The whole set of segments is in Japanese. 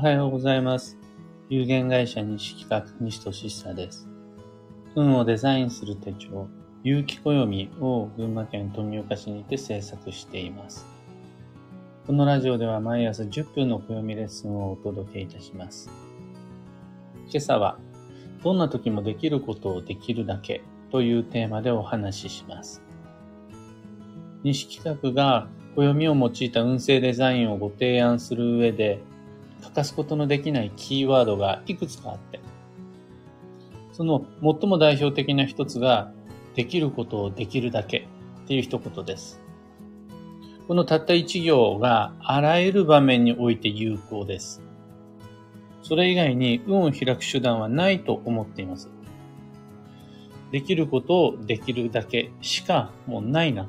はようございます。有限会社西企画西俊久です。運をデザインする手帳、有機暦を群馬県富岡市にて制作しています。このラジオでは毎朝10分の暦レッスンをお届けいたします。今朝は、どんな時もできることをできるだけというテーマでお話しします。西企画が暦を用いた運勢デザインをご提案する上で、欠かすことのできないキーワードがいくつかあって、その最も代表的な一つが、できることをできるだけっていう一言です。このたった一行があらゆる場面において有効です。それ以外に運を開く手段はないと思っています。できることをできるだけしかもうないなと。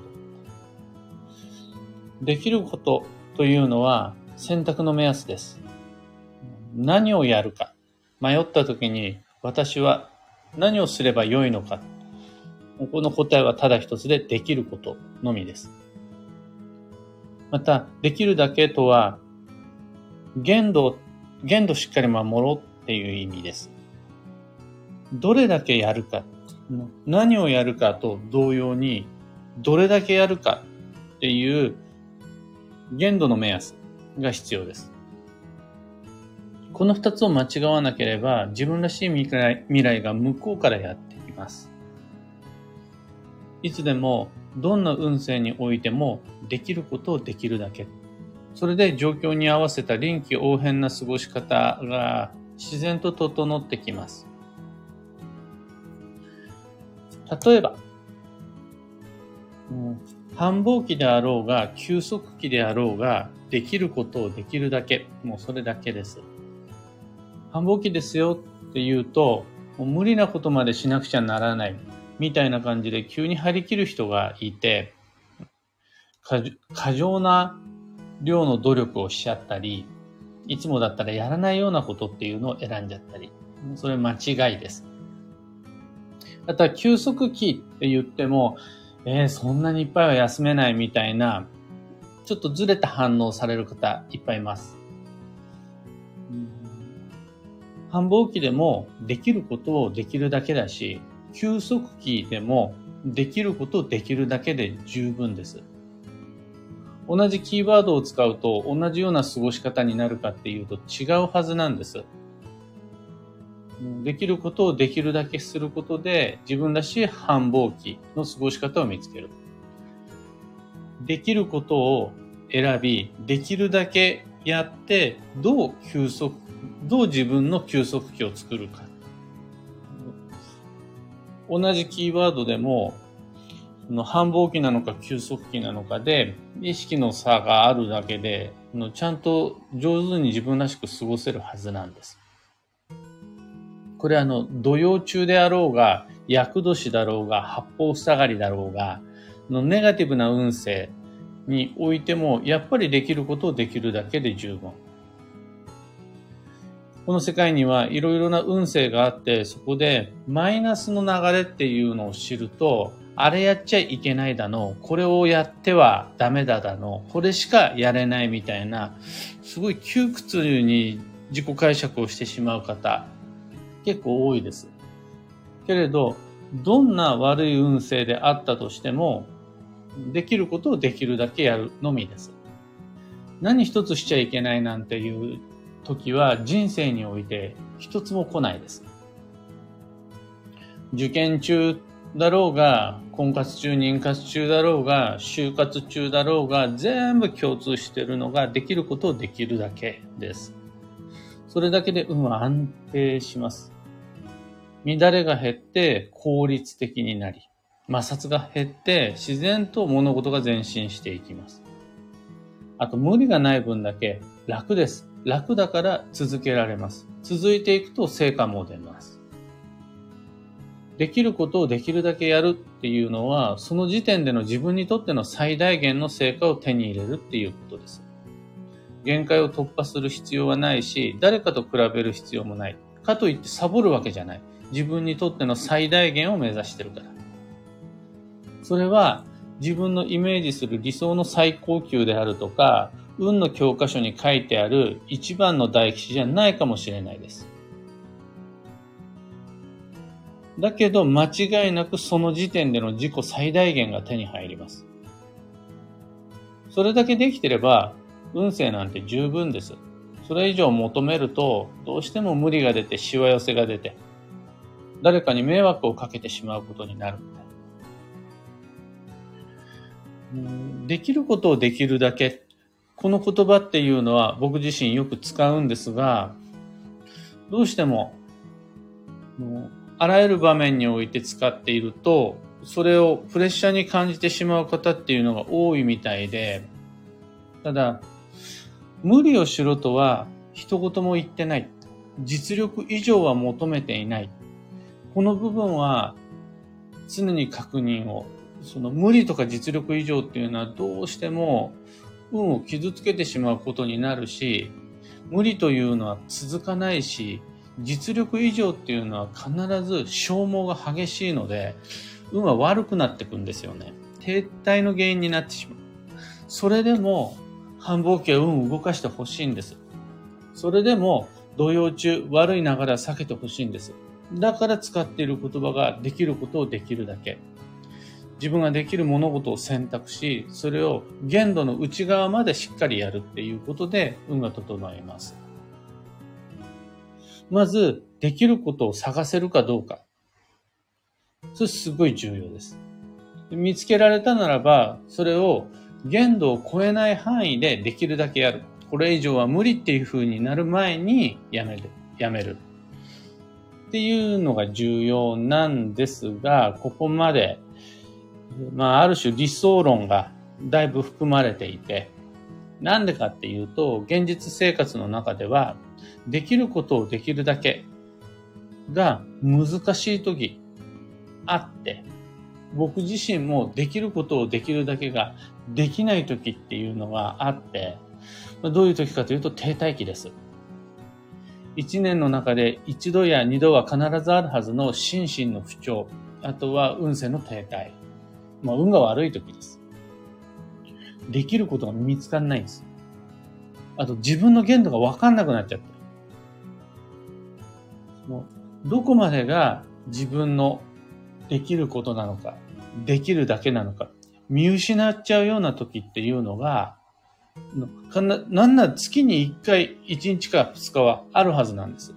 できることというのは選択の目安です。何をやるか迷った時に私は何をすればよいのか、この答えはただ一つでできることのみです。またできるだけとは限度しっかり守ろうっていう意味です。どれだけやるか、何をやるかと同様にどれだけやるかっていう限度の目安が必要です。この二つを間違わなければ自分らしい未来が向こうからやってきます。いつでもどんな運勢においてもできることをできるだけ。それで状況に合わせた臨機応変な過ごし方が自然と整ってきます。例えば、繁忙期であろうが休息期であろうができることをできるだけ。もうそれだけです。繁忙期ですよって言うと、もう無理なことまでしなくちゃならないみたいな感じで急に張り切る人がいて、過剰な量の努力をしちゃったり、いつもだったらやらないようなことっていうのを選んじゃったり、それ間違いです。あとは休息期って言っても、そんなにいっぱいは休めないみたいな、ちょっとずれた反応される方いっぱいいます。繁忙期でもできることをできるだけだし、休息期でもできることをできるだけで十分です。同じキーワードを使うと同じような過ごし方になるかっていうと違うはずなんです。できることをできるだけすることで自分らしい繁忙期の過ごし方を見つける。できることを選び、できるだけやってどう自分の休息期を作るか。同じキーワードでも繁忙期なのか休息期なのかで意識の差があるだけでちゃんと上手に自分らしく過ごせるはずなんです。これ土曜中であろうが厄年だろうが八方塞がりだろうがネガティブな運勢においてもやっぱりできることをできるだけで十分。この世界にはいろいろな運勢があって、そこでマイナスの流れっていうのを知ると、あれやっちゃいけないだの、これをやってはダメだだの、これしかやれないみたいな、すごい窮屈に自己解釈をしてしまう方、結構多いです。けれど、どんな悪い運勢であったとしても、できることをできるだけやるのみです。何一つしちゃいけないなんていう時は人生において一つも来ないです。受験中だろうが、婚活中、妊活中だろうが、就活中だろうが、全部共通しているのができることをできるだけです。それだけで運は安定します。乱れが減って効率的になり、摩擦が減って自然と物事が前進していきます。あと無理がない分だけ楽です。楽だから続けられます。続いていくと成果も出ます。できることをできるだけやるっていうのは、その時点での自分にとっての最大限の成果を手に入れるっていうことです。限界を突破する必要はないし、誰かと比べる必要もない。かといってサボるわけじゃない。自分にとっての最大限を目指してるから。それは自分のイメージする理想の最高級であるとか、 運の教科書に書いてある一番の大吉じゃないかもしれないです。だけど間違いなくその時点での自己最大限が手に入ります。それだけできてれば運勢なんて十分です。それ以上求めるとどうしても無理が出てしわ寄せが出て誰かに迷惑をかけてしまうことになるので、できることをできるだけ、この言葉っていうのは僕自身よく使うんですが、どうしてもあらゆる場面において使っていると、それをプレッシャーに感じてしまう方っていうのが多いみたいで、ただ、無理をしろとは一言も言ってない。実力以上は求めていない。この部分は常に確認を。その無理とか実力以上っていうのはどうしても運を傷つけてしまうことになるし、無理というのは続かないし、実力以上っていうのは必ず消耗が激しいので、運は悪くなっていくんですよね。停滞の原因になってしまう。それでも繁忙期は運を動かしてほしいんです。それでも動揺中、悪い流れは避けてほしいんです。だから使っている言葉ができることをできるだけ。自分ができる物事を選択し、それを限度の内側までしっかりやるっていうことで運が整います。まず、できることを探せるかどうか。それすごい重要です。見つけられたならば、それを限度を超えない範囲でできるだけやる。これ以上は無理っていう風になる前にやめる。っていうのが重要なんですが、ここまで、ある種理想論がだいぶ含まれていて、なんでかっていうと、現実生活の中では、できることをできるだけが難しい時あって、僕自身もできることをできるだけができない時っていうのがあって、どういう時かというと停滞期です。一年の中で一度や二度は必ずあるはずの心身の不調、あとは運勢の停滞。運が悪い時です。できることが見つかんないんです。あと自分の限度が分かんなくなっちゃってる。どこまでが自分のできることなのか、できるだけなのか、見失っちゃうような時っていうのが、なんなら月に1回、1日か2日はあるはずなんです。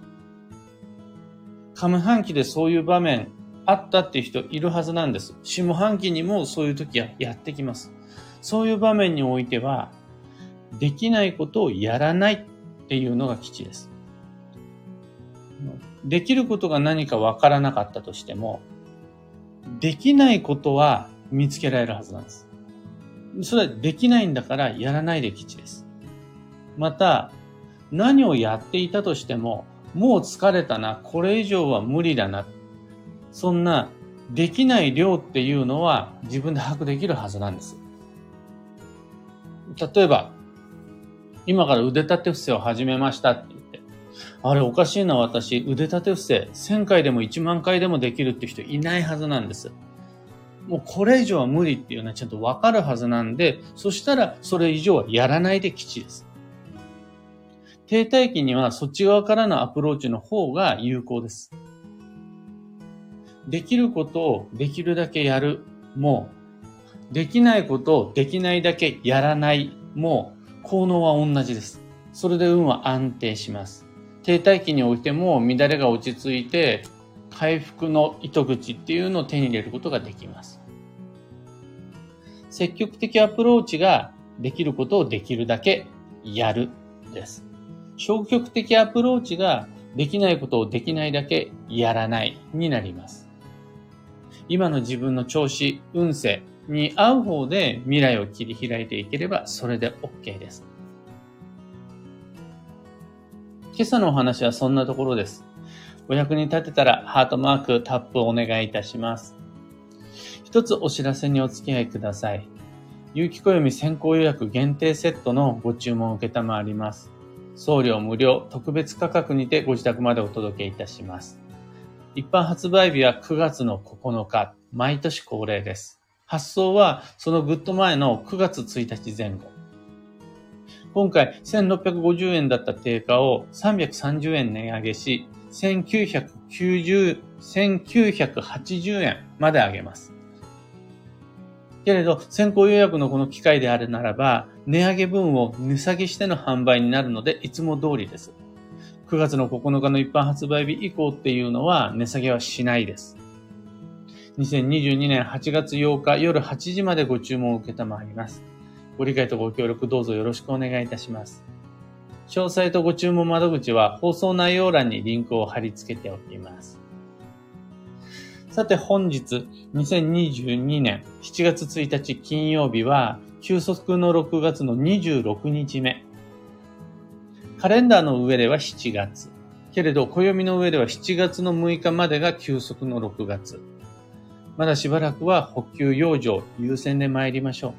上半期でそういう場面あったっていう人いるはずなんです。下半期にもそういう時はやってきます。そういう場面においては、できないことをやらないっていうのが基地です。できることが何かわからなかったとしても、できないことは見つけられるはずなんです。それはできないんだからやらないで基地です。また、何をやっていたとしても、もう疲れたな、これ以上は無理だな。そんな、できない量っていうのは自分で把握できるはずなんです。例えば、今から腕立て伏せを始めましたって言って、あれおかしいな私、腕立て伏せ1000回でも1万回でもできるって人いないはずなんです。もうこれ以上は無理っていうのはちゃんとわかるはずなんで、そしたらそれ以上はやらないで基地です。停滞期にはそっち側からのアプローチの方が有効です。できることをできるだけやるも、できないことをできないだけやらないも、効能は同じです。それで運は安定します。停滞期においても乱れが落ち着いて、回復の糸口っていうのを手に入れることができます。積極的アプローチができることをできるだけやるです。消極的アプローチができないことをできないだけやらないになります。今の自分の調子、運勢に合う方で未来を切り開いていければそれで OK です。今朝のお話はそんなところです。お役に立てたらハートマークタップをお願いいたします。一つお知らせにお付き合いください。有機暦先行予約限定セットのご注文を受けたまわります。送料無料特別価格にてご自宅までお届けいたします。一般発売日は9月の9日、毎年恒例です。発送はそのぐっと前の9月1日前後。 今回1650円だった定価を330円値上げし、1980円まで上げます。けれど、先行予約のこの機会であるならば、値上げ分を値下げしての販売になるので、いつも通りです。9月の9日の一般発売日以降っていうのは値下げはしないです。2022年8月8日夜8時までご注文を受けたまわります。ご理解とご協力どうぞよろしくお願いいたします。詳細とご注文窓口は放送内容欄にリンクを貼り付けておきます。さて本日2022年7月1日金曜日は休息の6月の26日目。カレンダーの上では7月。けれど暦の上では7月の6日までが休息の6月。まだしばらくは補給養生優先で参りましょう。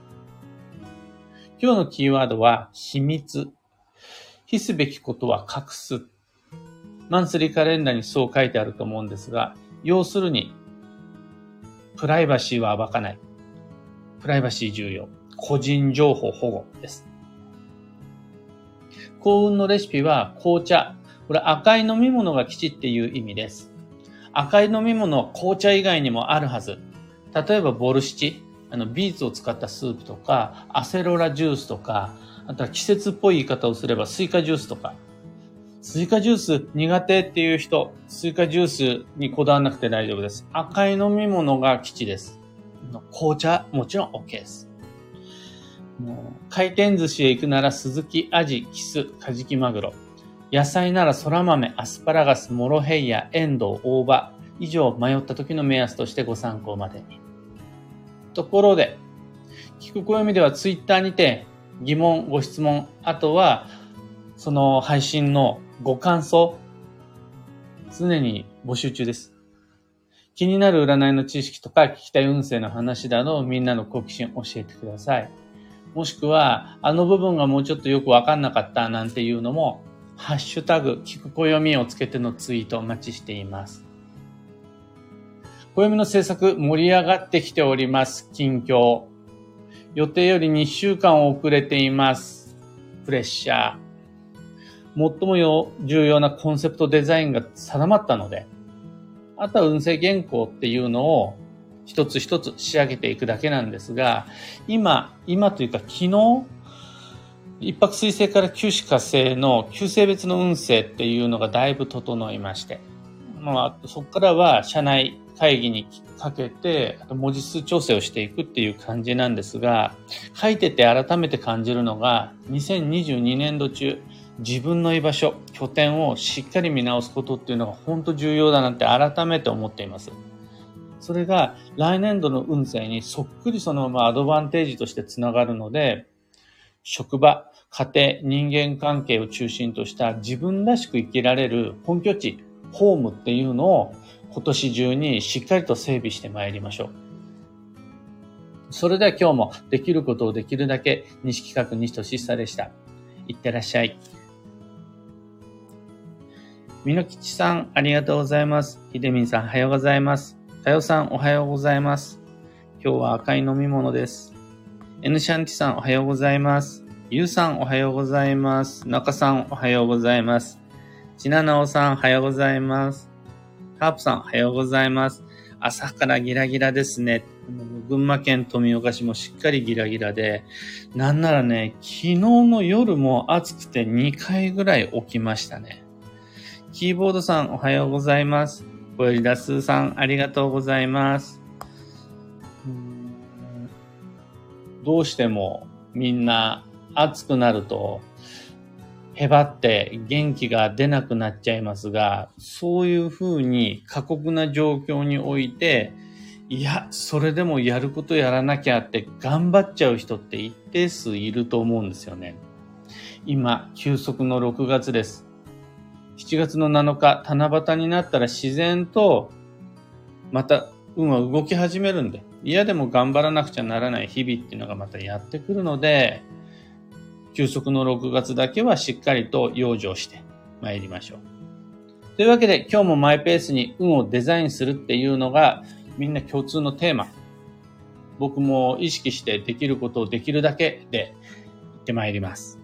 今日のキーワードは秘密。秘すべきことは隠す。マンスリーカレンダーにそう書いてあると思うんですが、要するに、プライバシーは暴かない。プライバシー重要。個人情報保護です。幸運のレシピは紅茶。これ赤い飲み物が吉っていう意味です。赤い飲み物は紅茶以外にもあるはず。例えばボルシチ。ビーツを使ったスープとか、アセロラジュースとか、あとは季節っぽい言い方をすればスイカジュースとか。スイカジュース苦手っていう人、スイカジュースにこだわらなくて大丈夫です。赤い飲み物が吉です。紅茶、もちろん OK です。回転寿司へ行くならスズキ、アジ、キス、カジキマグロ。野菜ならソラマメ、アスパラガス、モロヘイヤ、エンドウ、大葉。以上、迷った時の目安としてご参考までに。ところで、聞く暦ではツイッターにて疑問、ご質問、あとはその配信のご感想、常に募集中です。気になる占いの知識とか聞きたい運勢の話などみんなの好奇心教えてください。もしくは、あの部分がもうちょっとよくわかんなかったなんていうのも、ハッシュタグ、聞く暦をつけてのツイートお待ちしています。暦の制作盛り上がってきております。近況。予定より2週間遅れています。プレッシャー。最も重要なコンセプトデザインが定まったので、あとは運勢原稿っていうのを一つ一つ仕上げていくだけなんですが、今というか昨日、一泊水星から九死火星の旧星別の運勢っていうのがだいぶ整いまして、そこからは社内会議にかけて、あと文字数調整をしていくっていう感じなんですが、書いてて改めて感じるのが、2022年度中、自分の居場所、拠点をしっかり見直すことっていうのが本当重要だなって改めて思っています。それが来年度の運勢にそっくりそのままアドバンテージとしてつながるので、職場、家庭、人間関係を中心とした自分らしく生きられる本拠地、ホームっていうのを今年中にしっかりと整備してまいりましょう。それでは今日もできることをできるだけ、西企画西俊久でした。いってらっしゃい。みのきちさん、ありがとうございます。ひでみんさん、おはようございます。かよさん、おはようございます。今日は赤い飲み物です。N シャンティさん、おはようございます。ゆうさん、おはようございます。なかさん、おはようございます。ちななおさん、おはようございます。ハープさん、おはようございます。朝からギラギラですね。群馬県富岡市もしっかりギラギラで、なんならね、昨日の夜も暑くて2回ぐらい起きましたね。キーボードさん、おはようございます。小よりだすーさん、ありがとうございます。どうしてもみんな暑くなるとへばって元気が出なくなっちゃいますが、そういうふうに過酷な状況において、いや、それでもやることやらなきゃって頑張っちゃう人って一定数いると思うんですよね。今、休息の6月です。7月の7日、七夕になったら自然とまた運は動き始めるんで、嫌でも頑張らなくちゃならない日々っていうのがまたやってくるので、休息の6月だけはしっかりと養生して参りましょう。というわけで今日もマイペースに運をデザインするっていうのがみんな共通のテーマ。僕も意識してできることをできるだけで行って参ります。